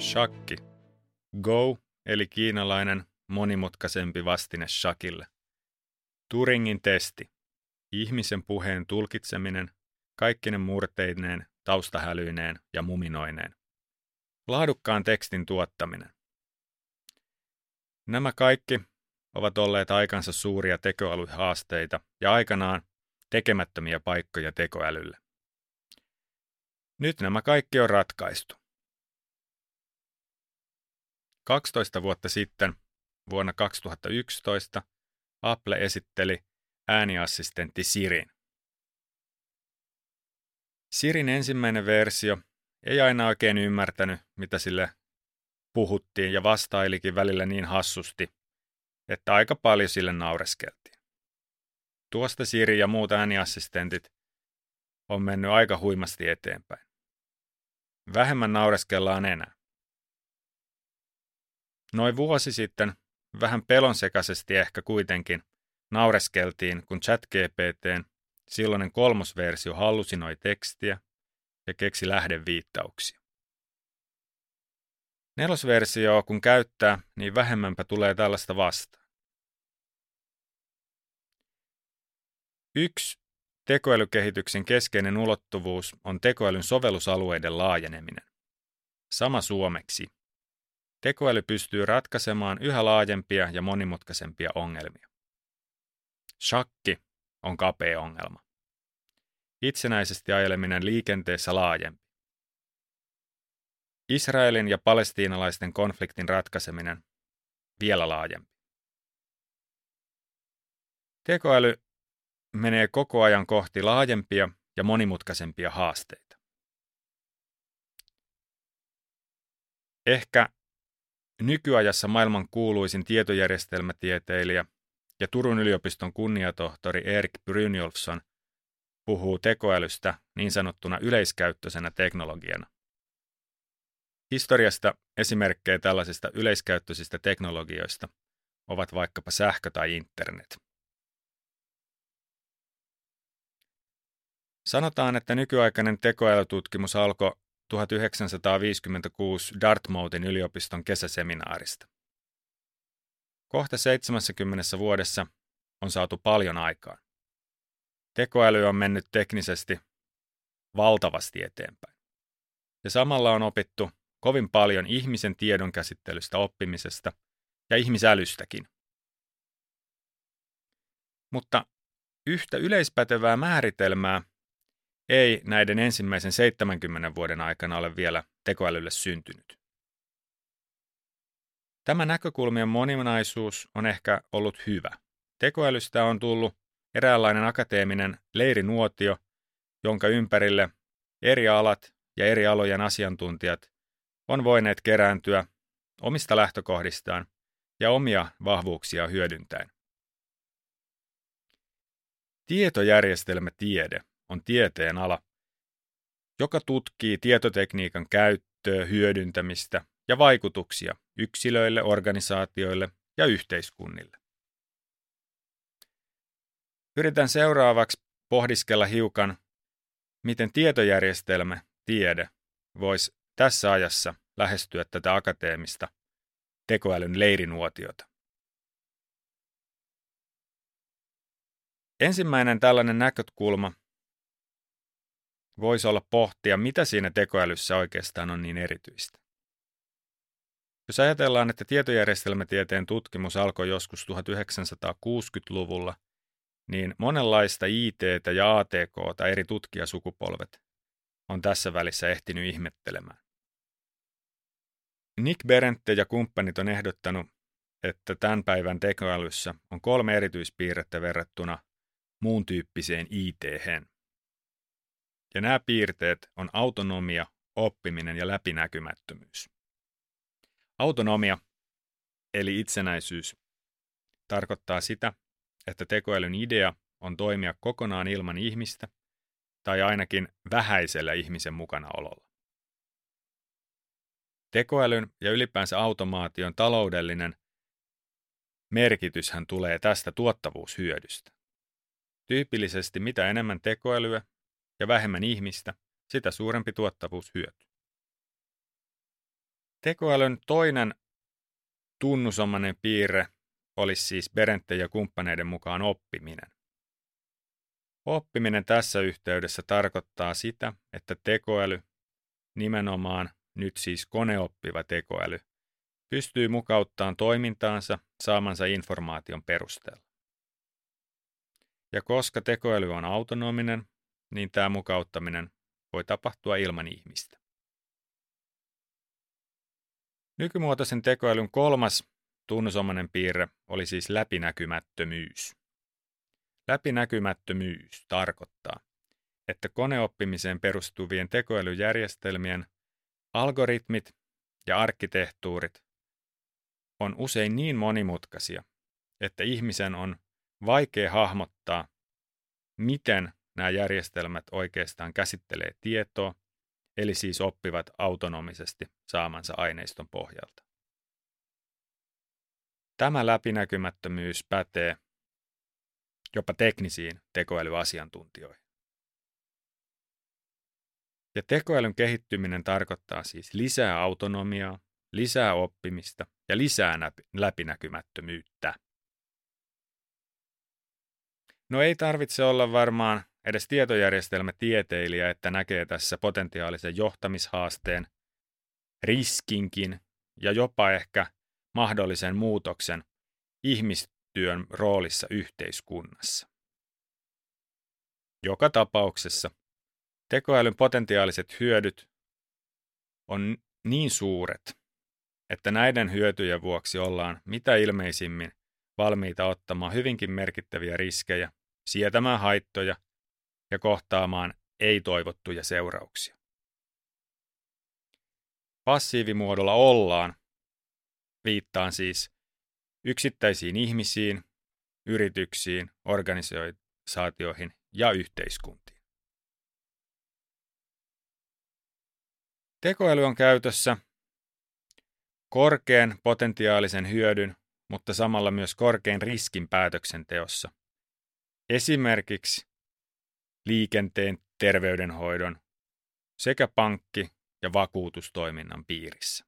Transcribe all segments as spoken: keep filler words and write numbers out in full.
Shakki. Go eli kiinalainen monimutkaisempi vastine shakille. Turingin testi. Ihmisen puheen tulkitseminen, kaikkine murteineen, taustahälyineen ja muminoineen. Laadukkaan tekstin tuottaminen. Nämä kaikki ovat olleet aikansa suuria tekoälyhaasteita ja aikanaan tekemättömiä paikkoja tekoälylle. Nyt nämä kaikki on ratkaistu. kaksitoista vuotta sitten, vuonna kaksituhattayksitoista, Apple esitteli ääniassistentti Sirin. Sirin ensimmäinen versio ei aina oikein ymmärtänyt, mitä sille puhuttiin ja vastailikin välillä niin hassusti, että aika paljon sille naureskeltiin. Tuosta Siri ja muut ääniassistentit on mennyt aika huimasti eteenpäin. Vähemmän naureskellaan enää. Noin vuosi sitten, vähän pelonsekaisesti ehkä kuitenkin, naureskeltiin, kun ChatGPT:n silloinen kolmosversio hallusinoi tekstiä ja keksi lähdeviittauksia. Nelosversiota kun käyttää, niin vähemmänpä tulee tällaista vastaan. Yksi tekoälykehityksen keskeinen ulottuvuus on tekoälyn sovellusalueiden laajeneminen. Sama suomeksi. Tekoäly pystyy ratkaisemaan yhä laajempia ja monimutkaisempia ongelmia. Shakki on kapea ongelma. Itsenäisesti ajeleminen liikenteessä laajempi. Israelin ja palestiinalaisten konfliktin ratkaiseminen vielä laajempi. Tekoäly menee koko ajan kohti laajempia ja monimutkaisempia haasteita. Ehkä nykyajassa maailman kuuluisin tietojärjestelmätieteilijä ja Turun yliopiston kunniatohtori Erik Brynjolfsson puhuu tekoälystä niin sanottuna yleiskäyttöisenä teknologiana. Historiasta esimerkkejä tällaisista yleiskäyttöisistä teknologioista ovat vaikkapa sähkö tai internet. Sanotaan, että nykyaikainen tekoälytutkimus alkoi tuhatyhdeksänsataaviisikymmentäkuusi Dartmouthin yliopiston kesäseminaarista. Kohta seitsemässäkymmenessä vuodessa on saatu paljon aikaan. Tekoäly on mennyt teknisesti valtavasti eteenpäin. Ja samalla on opittu kovin paljon ihmisen tiedonkäsittelystä, oppimisesta ja ihmisälystäkin. Mutta yhtä yleispätevää määritelmää ei näiden ensimmäisen seitsemänkymmenen vuoden aikana ole vielä tekoälylle syntynyt. Tämä näkökulmien moninaisuus on ehkä ollut hyvä. Tekoälystä on tullut eräänlainen akateeminen leirinuotio, jonka ympärille eri alat ja eri alojen asiantuntijat on voineet kerääntyä omista lähtökohdistaan ja omia vahvuuksia hyödyntäen. Tietojärjestelmätiede on tieteen ala, joka tutkii tietotekniikan käyttöä, hyödyntämistä ja vaikutuksia yksilöille, organisaatioille ja yhteiskunnille. Yritän seuraavaksi pohdiskella hiukan, miten tietojärjestelmä, tiede, voisi tässä ajassa lähestyä tätä akateemista tekoälyn leirinuotiota. Ensimmäinen tällainen näkökulma voisi olla pohtia, mitä siinä tekoälyssä oikeastaan on niin erityistä. Jos ajatellaan, että tietojärjestelmätieteen tutkimus alkoi joskus tuhatyhdeksänsataakuusikymmentäluvulla, niin monenlaista I T:tä ja A T K:ta eri tutkijasukupolvet on tässä välissä ehtinyt ihmettelemään. Nick Berentte ja kumppanit on ehdottanut, että tämän päivän tekoälyssä on kolme erityispiirrettä verrattuna muun tyyppiseen I T:hen. Ja nämä piirteet on autonomia, oppiminen ja läpinäkymättömyys. Autonomia, eli itsenäisyys, tarkoittaa sitä, että tekoälyn idea on toimia kokonaan ilman ihmistä tai ainakin vähäisellä ihmisen mukanaololla. Tekoälyn ja ylipäänsä automaation taloudellinen merkityshän tulee tästä tuottavuushyödystä. Tyypillisesti mitä enemmän tekoälyä ja vähemmän ihmistä, sitä suurempi tuottavuushyöty. Tekoälyn toinen tunnusomainen piirre olisi siis Berentten ja kumppaneiden mukaan oppiminen. Oppiminen tässä yhteydessä tarkoittaa sitä, että tekoäly, nimenomaan nyt siis koneoppiva tekoäly, pystyy mukauttamaan toimintaansa saamansa informaation perusteella. Ja koska tekoäly on autonominen, niin tämä mukauttaminen voi tapahtua ilman ihmistä. Nykymuotoisen tekoälyn kolmas tunnusomainen piirre oli siis läpinäkymättömyys. Läpinäkymättömyys tarkoittaa, että koneoppimiseen perustuvien tekoälyjärjestelmien algoritmit ja arkkitehtuurit on usein niin monimutkaisia, että ihmisen on vaikea hahmottaa, miten nämä järjestelmät oikeastaan käsittelee tietoa, eli siis oppivat autonomisesti saamansa aineiston pohjalta. Tämä läpinäkymättömyys pätee jopa teknisiin tekoälyasiantuntijoihin. Ja tekoälyn kehittyminen tarkoittaa siis lisää autonomiaa, lisää oppimista ja lisää läpinäkymättömyyttä. No ei tarvitse olla varmaan edes tietojärjestelmätieteilijä, että näkee tässä potentiaalisen johtamishaasteen, riskinkin ja jopa ehkä mahdollisen muutoksen ihmistyön roolissa yhteiskunnassa. Joka tapauksessa tekoälyn potentiaaliset hyödyt on niin suuret, että näiden hyötyjen vuoksi ollaan mitä ilmeisimmin valmiita ottamaan hyvinkin merkittäviä riskejä, sietämään haittoja ja kohtaamaan ei-toivottuja seurauksia. Passiivimuodolla ollaan, viittaan siis yksittäisiin ihmisiin, yrityksiin, organisaatioihin ja yhteiskuntiin. Tekoäly on käytössä korkean potentiaalisen hyödyn, mutta samalla myös korkean riskin päätöksenteossa. Esimerkiksi liikenteen, terveydenhoidon sekä pankki- ja vakuutustoiminnan piirissä.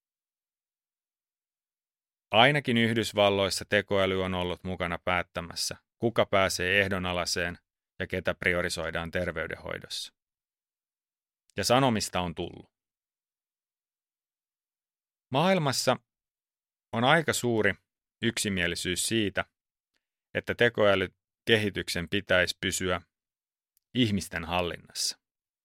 Ainakin Yhdysvalloissa tekoäly on ollut mukana päättämässä, kuka pääsee ehdonalaiseen ja ketä priorisoidaan terveydenhoidossa. Ja sanomista on tullut. Maailmassa on aika suuri yksimielisyys siitä, että tekoälykehityksen pitäisi pysyä ihmisten hallinnassa.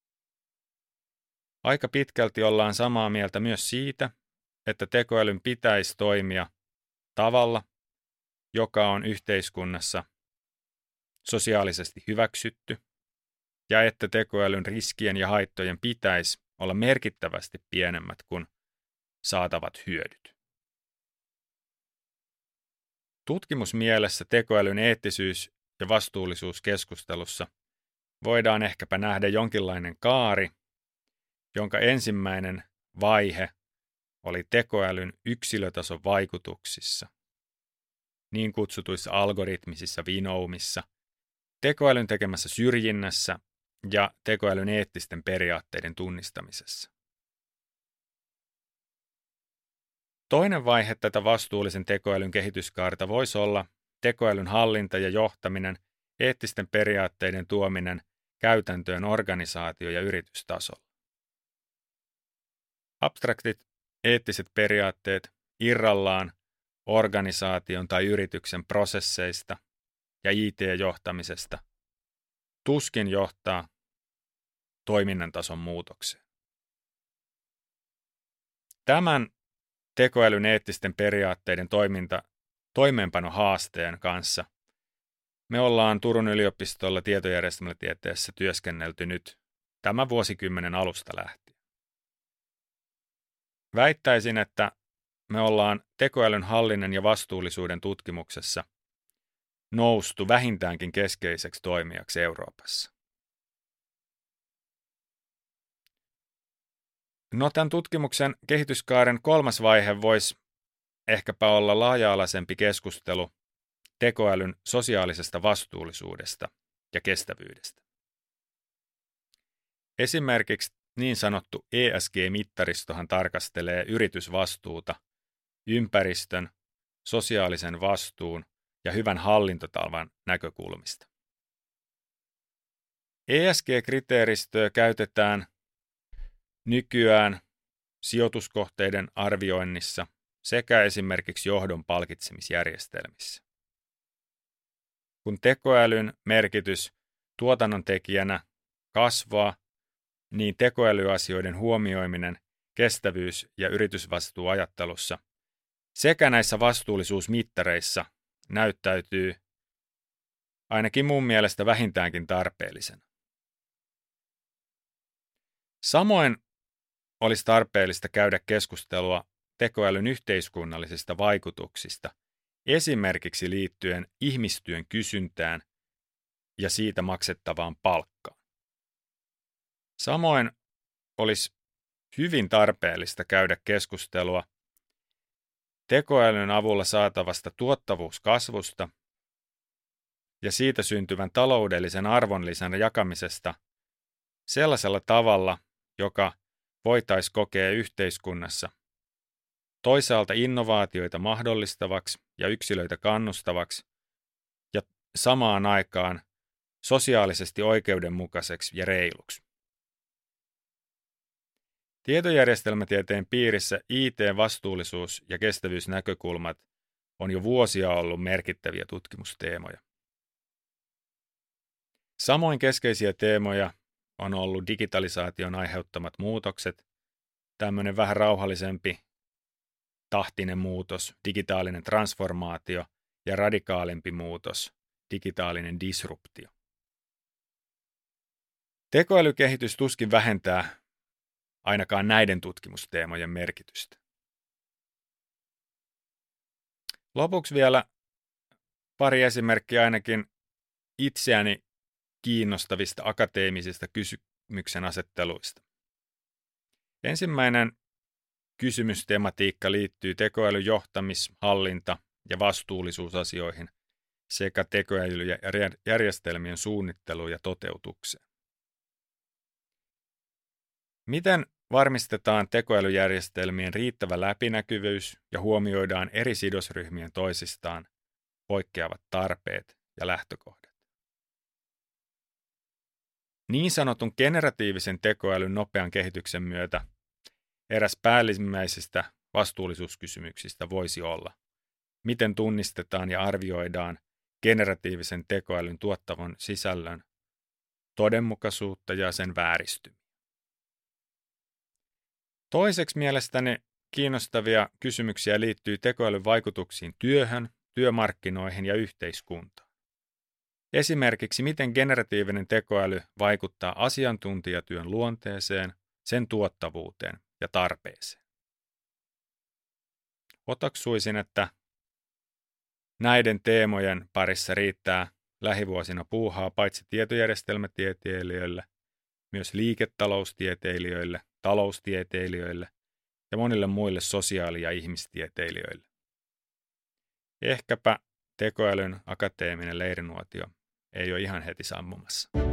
Aika pitkälti ollaan samaa mieltä myös siitä, että tekoälyn pitäisi toimia tavalla, joka on yhteiskunnassa sosiaalisesti hyväksytty, ja että tekoälyn riskien ja haittojen pitäisi olla merkittävästi pienemmät kuin saatavat hyödyt. Tutkimusmielessä tekoälyn eettisyys- ja vastuullisuuskeskustelussa voidaan ehkäpä nähdä jonkinlainen kaari, jonka ensimmäinen vaihe oli tekoälyn yksilötason vaikutuksissa, niin kutsutuissa algoritmisissa vinoumissa, tekoälyn tekemässä syrjinnässä ja tekoälyn eettisten periaatteiden tunnistamisessa. Toinen vaihe tätä vastuullisen tekoälyn kehityskaarta voisi olla tekoälyn hallinta ja johtaminen, eettisten periaatteiden tuominen käytäntöön organisaatio- ja yritystasolla. Abstraktit eettiset periaatteet irrallaan organisaation tai yrityksen prosesseista ja I T-johtamisesta tuskin johtaa toiminnan tason muutokseen. Tämän tekoälyn eettisten periaatteiden toiminta toimeenpanohaasteen kanssa me ollaan Turun yliopistolla tietojärjestelmätieteessä työskennelty nyt tämän vuosikymmenen alusta lähtien. Väittäisin, että me ollaan tekoälyn hallinnan ja vastuullisuuden tutkimuksessa noustu vähintäänkin keskeiseksi toimijaksi Euroopassa. No, tämän tutkimuksen kehityskaaren kolmas vaihe voisi ehkäpä olla laaja-alaisempi keskustelu tekoälyn sosiaalisesta vastuullisuudesta ja kestävyydestä. Esimerkiksi niin sanottu E S G-mittaristohan tarkastelee yritysvastuuta ympäristön, sosiaalisen vastuun ja hyvän hallintotavan näkökulmista. E S G-kriteeristöä käytetään nykyään sijoituskohteiden arvioinnissa sekä esimerkiksi johdon palkitsemisjärjestelmissä. Kun tekoälyn merkitys tuotannon tekijänä kasvaa, niin tekoälyasioiden huomioiminen kestävyys- ja yritysvastuuajattelussa sekä näissä vastuullisuusmittareissa näyttäytyy ainakin mun mielestä vähintäänkin tarpeellisena. Samoin olisi tarpeellista käydä keskustelua tekoälyn yhteiskunnallisista vaikutuksista, esimerkiksi liittyen ihmistyön kysyntään ja siitä maksettavaan palkkaan. Samoin olisi hyvin tarpeellista käydä keskustelua tekoälyn avulla saatavasta tuottavuuskasvusta ja siitä syntyvän taloudellisen arvonlisän jakamisesta sellaisella tavalla, joka voitaisiin kokea yhteiskunnassa toisaalta innovaatioita mahdollistavaksi ja yksilöitä kannustavaksi ja samaan aikaan sosiaalisesti oikeudenmukaiseksi ja reiluksi. Tietojärjestelmätieteen piirissä I T-vastuullisuus ja kestävyysnäkökulmat on jo vuosia ollut merkittäviä tutkimusteemoja. Samoin keskeisiä teemoja on ollut digitalisaation aiheuttamat muutokset, tämmöinen vähän rauhallisempi tahtinen muutos, digitaalinen transformaatio ja radikaalimpi muutos, digitaalinen disruptio. Tekoälykehitys tuskin vähentää ainakaan näiden tutkimusteemojen merkitystä. Lopuksi vielä pari esimerkkiä ainakin itseäni kiinnostavista akateemisista kysymyksen asetteluista. Ensimmäinen kysymystematiikka liittyy tekoälyn johtamis-, hallinta- ja vastuullisuusasioihin sekä tekoälyjärjestelmien suunnitteluun ja toteutukseen. Miten varmistetaan tekoälyjärjestelmien riittävä läpinäkyvyys ja huomioidaan eri sidosryhmien toisistaan poikkeavat tarpeet ja lähtökohdat? Niin sanotun generatiivisen tekoälyn nopean kehityksen myötä eräs päällimmäisistä vastuullisuuskysymyksistä voisi olla, miten tunnistetaan ja arvioidaan generatiivisen tekoälyn tuottavan sisällön todenmukaisuutta ja sen vääristymiä. Toiseksi mielestäni kiinnostavia kysymyksiä liittyy tekoälyn vaikutuksiin työhön, työmarkkinoihin ja yhteiskuntaan. Esimerkiksi miten generatiivinen tekoäly vaikuttaa asiantuntijatyön luonteeseen, sen tuottavuuteen ja tarpeeseen. Otaksuisin, että näiden teemojen parissa riittää lähivuosina puuhaa paitsi tietojärjestelmätieteilijöille, myös liiketaloustieteilijöille, taloustieteilijöille ja monille muille sosiaali- ja ihmistieteilijöille. Ehkäpä tekoälyn akateeminen leirinuotio ei ole ihan heti sammumassa.